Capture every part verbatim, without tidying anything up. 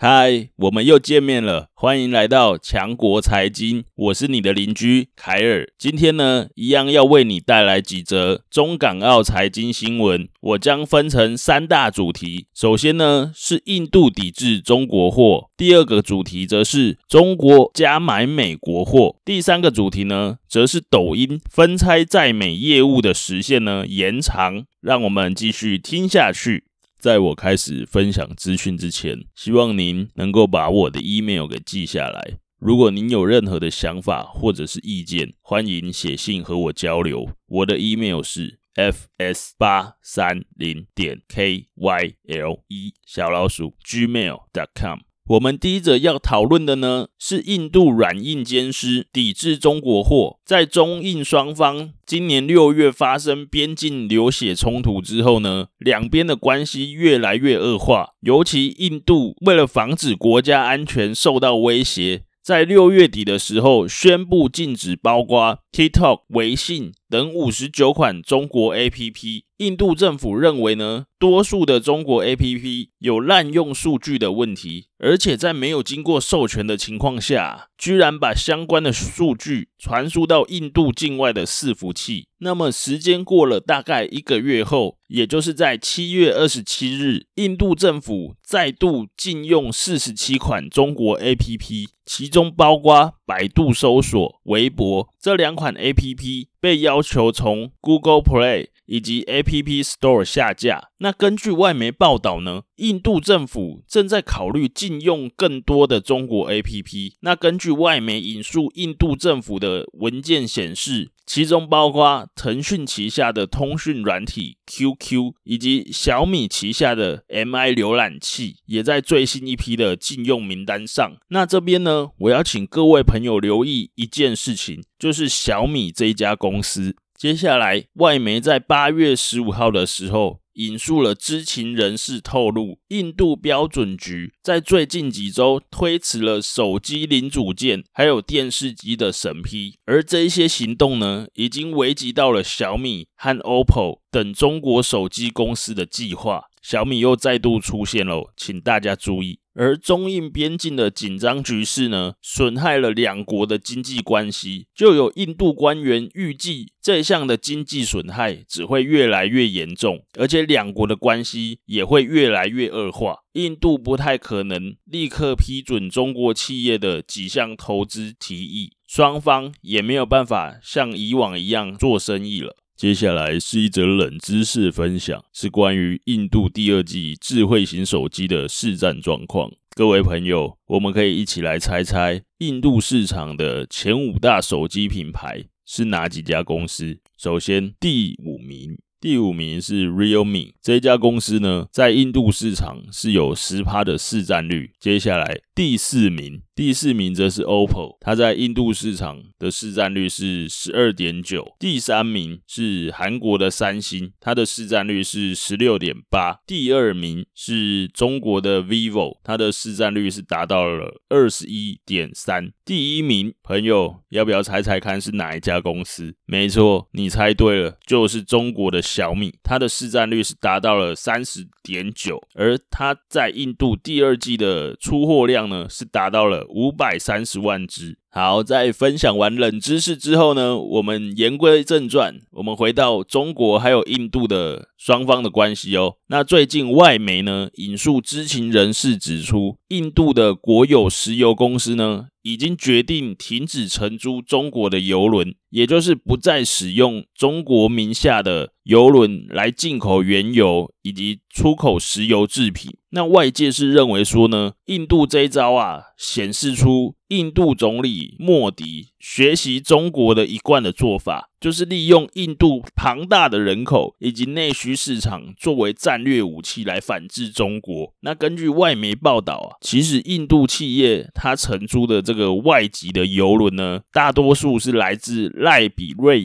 嗨，我们又见面了，欢迎来到强国财经，我是你的邻居凯尔。今天呢，一样要为你带来几则中港澳财经新闻，我将分成三大主题。首先呢，是印度抵制中国货，第二个主题则是中国加买美国货，第三个主题呢，则是抖音分拆在美业务的时限呢延长。让我们继续听下去。在我开始分享资讯之前，希望您能够把我的 email 给记下来。如果您有任何的想法或者是意见，欢迎写信和我交流。我的 email 是 f s 八三零 点 k y l 一 小老鼠 gmail 点 com。我们第一则要讨论的呢，是印度软硬兼施抵制中国货。在中印双方今年六月发生边境流血冲突之后呢，两边的关系越来越恶化。尤其印度为了防止国家安全受到威胁，在六月底的时候宣布禁止包括 TikTok、微信等五十九款中国 A P P。 印度政府认为呢，多数的中国 A P P 有滥用数据的问题，而且在没有经过授权的情况下，居然把相关的数据传输到印度境外的伺服器。那么时间过了大概一个月后，也就是在七月二十七日，印度政府再度禁用四十七款中国 A P P， 其中包括百度搜索、微博。这两款 A P P 被要求从 Google Play 以及 A P P Store 下架。那根据外媒报道呢，印度政府正在考虑禁用更多的中国 A P P。 那根据外媒引述印度政府的文件显示，其中包括腾讯旗下的通讯软体 Q Q 以及小米旗下的 M I 浏览器也在最新一批的禁用名单上。那这边呢，我要请各位朋友留意一件事情，就是小米这一家公司。接下来外媒在八月十五号的时候引述了知情人士透露，印度标准局在最近几周推迟了手机零组件还有电视机的审批，而这一些行动呢，已经危及到了小米和 O P P O 等中国手机公司的计划。小米又再度出现了，请大家注意。而中印边境的紧张局势呢，损害了两国的经济关系，就有印度官员预计这项的经济损害只会越来越严重，而且两国的关系也会越来越恶化。印度不太可能立刻批准中国企业的几项投资提议，双方也没有办法像以往一样做生意了。接下来是一则冷知识分享，是关于印度第二季智慧型手机的市占状况。各位朋友，我们可以一起来猜猜印度市场的前五大手机品牌是哪几家公司。首先第五名第五名是 Realme， 这家公司呢，在印度市场是有 百分之十 的市占率。接下来第四名第四名则是 O P P O， 它在印度市场的市占率是 百分之十二点九。 第三名是韩国的三星，它的市占率是 百分之十六点八。 第二名是中国的 Vivo， 它的市占率是达到了 百分之二十一点三。 第一名，朋友要不要猜猜看是哪一家公司？没错，你猜对了，就是中国的小米，它的市占率是达到了 三十点九， 而它在印度第二季的出货量呢，是达到了五百三十万只。好，在分享完冷知识之后呢，我们言归正传，我们回到中国还有印度的双方的关系哦。那最近外媒呢引述知情人士指出，印度的国有石油公司呢已经决定停止承租中国的邮轮，也就是不再使用中国名下的邮轮来进口原油以及出口石油制品。那外界是认为说呢，印度这一招啊，显示出印度总理莫迪学习中国的一贯的做法，就是利用印度庞大的人口以及内需市场作为战略武器来反制中国。那根据外媒报道啊，其实印度企业它承租的这个外籍的邮轮呢，大多数是来自赖比瑞亚、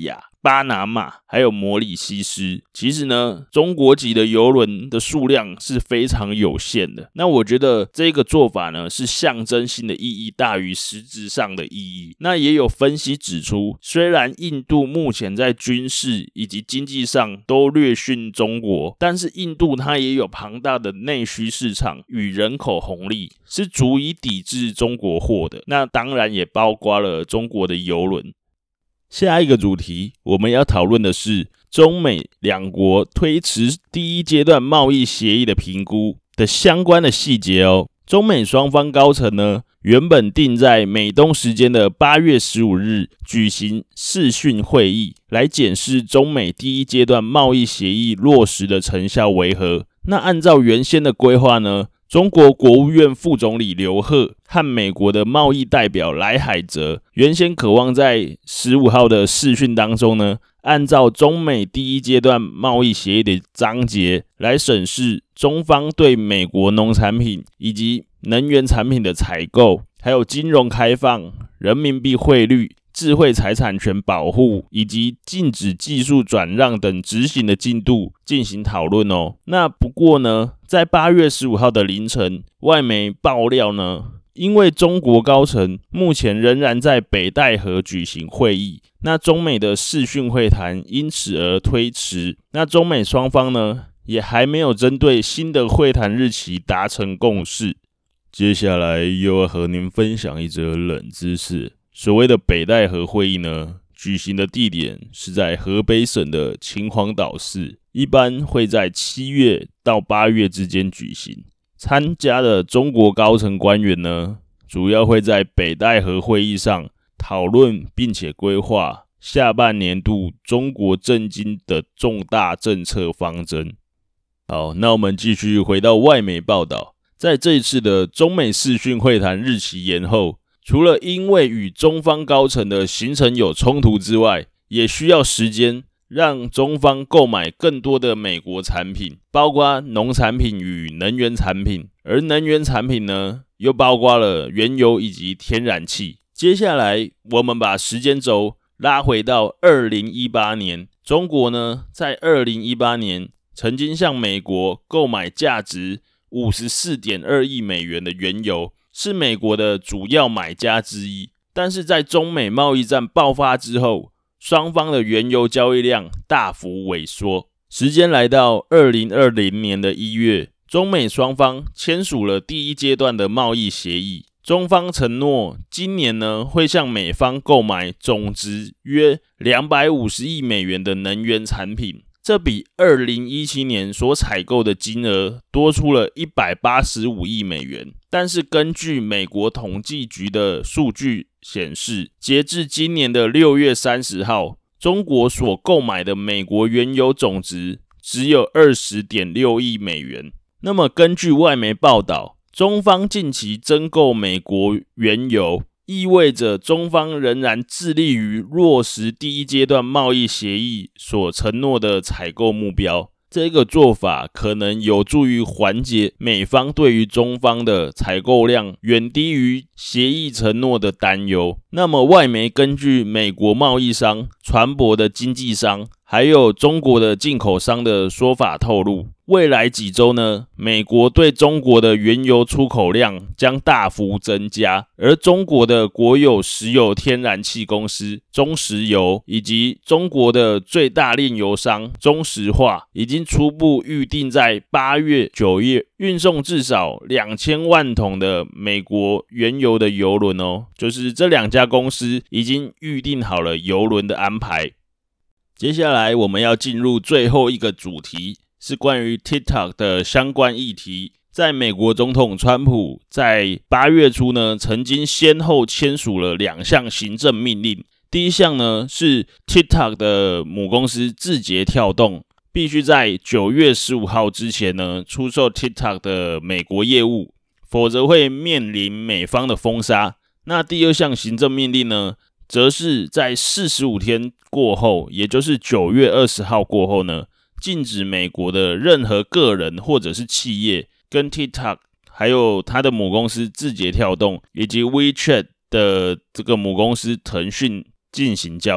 巴拿马还有摩里西斯。其实呢，中国籍的邮轮的数量是非常有限的。那我觉得这个做法呢，是象征性的意义大于实质上的意义。那也有分析指出，虽然印度目前在军事以及经济上都略逊中国，但是印度它也有庞大的内需市场与人口红利，是足以抵制中国货的。那当然也包括了中国的邮轮。下一个主题我们要讨论的是中美两国推迟第一阶段贸易协议的评估的相关的细节哦。中美双方高层呢，原本定在美东时间的八月十五日举行视讯会议，来检视中美第一阶段贸易协议落实的成效为何。那按照原先的规划呢，中国国务院副总理刘鹤和美国的贸易代表来海泽原先渴望在十五号的视讯当中呢，按照中美第一阶段贸易协议的章节来审视中方对美国农产品以及能源产品的采购，还有金融开放、人民币汇率、智慧财产权保护以及禁止技术转让等执行的进度进行讨论哦。那不过呢，在八月十五号的凌晨，外媒爆料呢，因为中国高层目前仍然在北戴河举行会议，那中美的视讯会谈因此而推迟。那中美双方呢，也还没有针对新的会谈日期达成共识。接下来又要和您分享一则冷知识。所谓的北戴河会议呢，举行的地点是在河北省的秦皇岛市，一般会在七月到八月之间举行。参加的中国高层官员呢，主要会在北戴河会议上讨论并且规划下半年度中国政经的重大政策方针。好，那我们继续回到外媒报道，在这一次的中美视讯会谈日期延后，除了因为与中方高层的行程有冲突之外，也需要时间让中方购买更多的美国产品，包括农产品与能源产品，而能源产品呢，又包括了原油以及天然气。接下来我们把时间轴拉回到二零一八年，中国呢，在二零一八年曾经向美国购买价值 五十四点二亿美元的原油，是美国的主要买家之一。但是在中美贸易战爆发之后，双方的原油交易量大幅萎缩。时间来到二零二零年的一月，中美双方签署了第一阶段的贸易协议。中方承诺今年呢，会向美方购买总值约两百五十亿美元的能源产品，这比二零一七年所采购的金额多出了一百八十五亿美元。但是根据美国统计局的数据显示，截至今年的六月三十号，中国所购买的美国原油总值只有 二十点六亿美元。那么根据外媒报道，中方近期增购美国原油，意味着中方仍然致力于落实第一阶段贸易协议所承诺的采购目标。这个做法可能有助于缓解美方对于中方的采购量远低于协议承诺的担忧。那么外媒根据美国贸易商、船舶的经纪商还有中国的进口商的说法透露，未来几周呢，美国对中国的原油出口量将大幅增加，而中国的国有石油天然气公司中石油以及中国的最大炼油商中石化已经初步预定在八月、九月运送至少两千万桶的美国原油的邮轮哦，就是这两家公司已经预定好了邮轮的安排。接下来我们要进入最后一个主题，是关于 TikTok 的相关议题。在美国总统川普在八月初呢，曾经先后签署了两项行政命令。第一项呢，是 TikTok 的母公司字节跳动必须在九月十五号之前呢，出售 TikTok 的美国业务，否则会面临美方的封杀。那第二项行政命令呢，则是在四十五天过后，也就是九月二十号过后呢，禁止美国的任何个人或者是企业跟 TikTok 还有他的母公司字节跳动以及 WeChat 的这个母公司腾讯进行交易。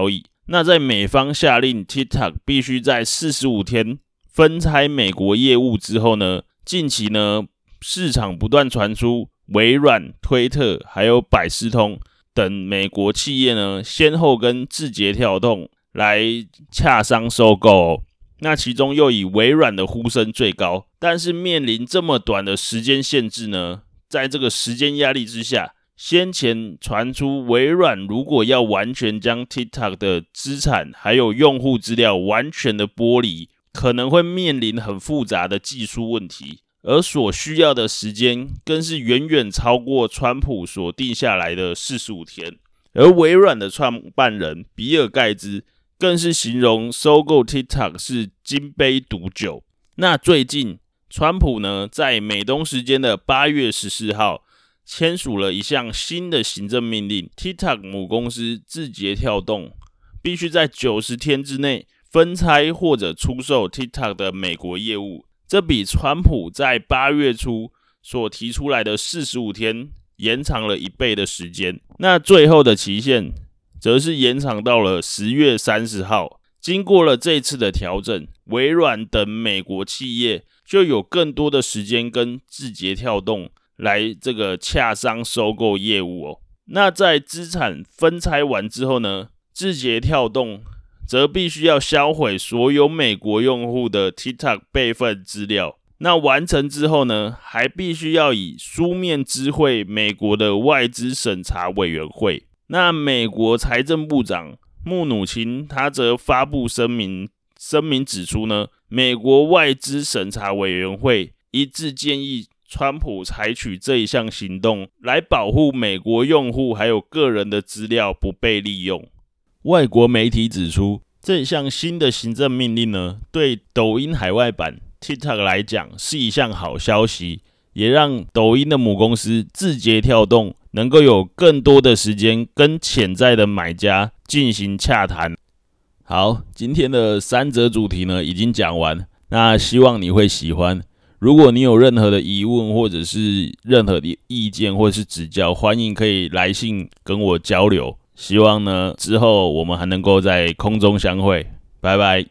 那在美方下令 TikTok 必须在四十五天分拆美国业务之后呢，近期呢市场不断传出微软、推特还有百视通等美国企业呢先后跟字节跳动来洽商收购哦。那其中又以微软的呼声最高，但是面临这么短的时间限制呢，在这个时间压力之下，先前传出微软如果要完全将 TikTok 的资产还有用户资料完全的剥离，可能会面临很复杂的技术问题，而所需要的时间更是远远超过川普所定下来的四十五天。而微软的创办人比尔盖茨更是形容收购 TikTok 是金杯毒酒。那最近川普呢在美东时间的八月十四号签署了一项新的行政命令， TikTok 母公司字节跳动必须在九十天之内分拆或者出售 TikTok 的美国业务，这比川普在八月初所提出来的四十五天延长了一倍的时间。那最后的期限则是延长到了十月三十号。经过了这次的调整，微软等美国企业就有更多的时间跟字节跳动来这个洽商收购业务哦。那在资产分拆完之后呢，字节跳动则必须要销毁所有美国用户的 TikTok 备份资料。那完成之后呢，还必须要以书面知会美国的外资审查委员会。那美国财政部长穆努钦他则发布声明，声明指出呢，美国外资审查委员会一致建议川普采取这一项行动，来保护美国用户还有个人的资料不被利用。外国媒体指出，这一项新的行政命令呢，对抖音海外版 TikTok 来讲是一项好消息，也让抖音的母公司字节跳动能够有更多的时间跟潜在的买家进行洽谈。好，今天的三则主题呢已经讲完，那希望你会喜欢。如果你有任何的疑问或者是任何的意见或者是指教，欢迎可以来信跟我交流。希望呢之后我们还能够在空中相会，拜拜。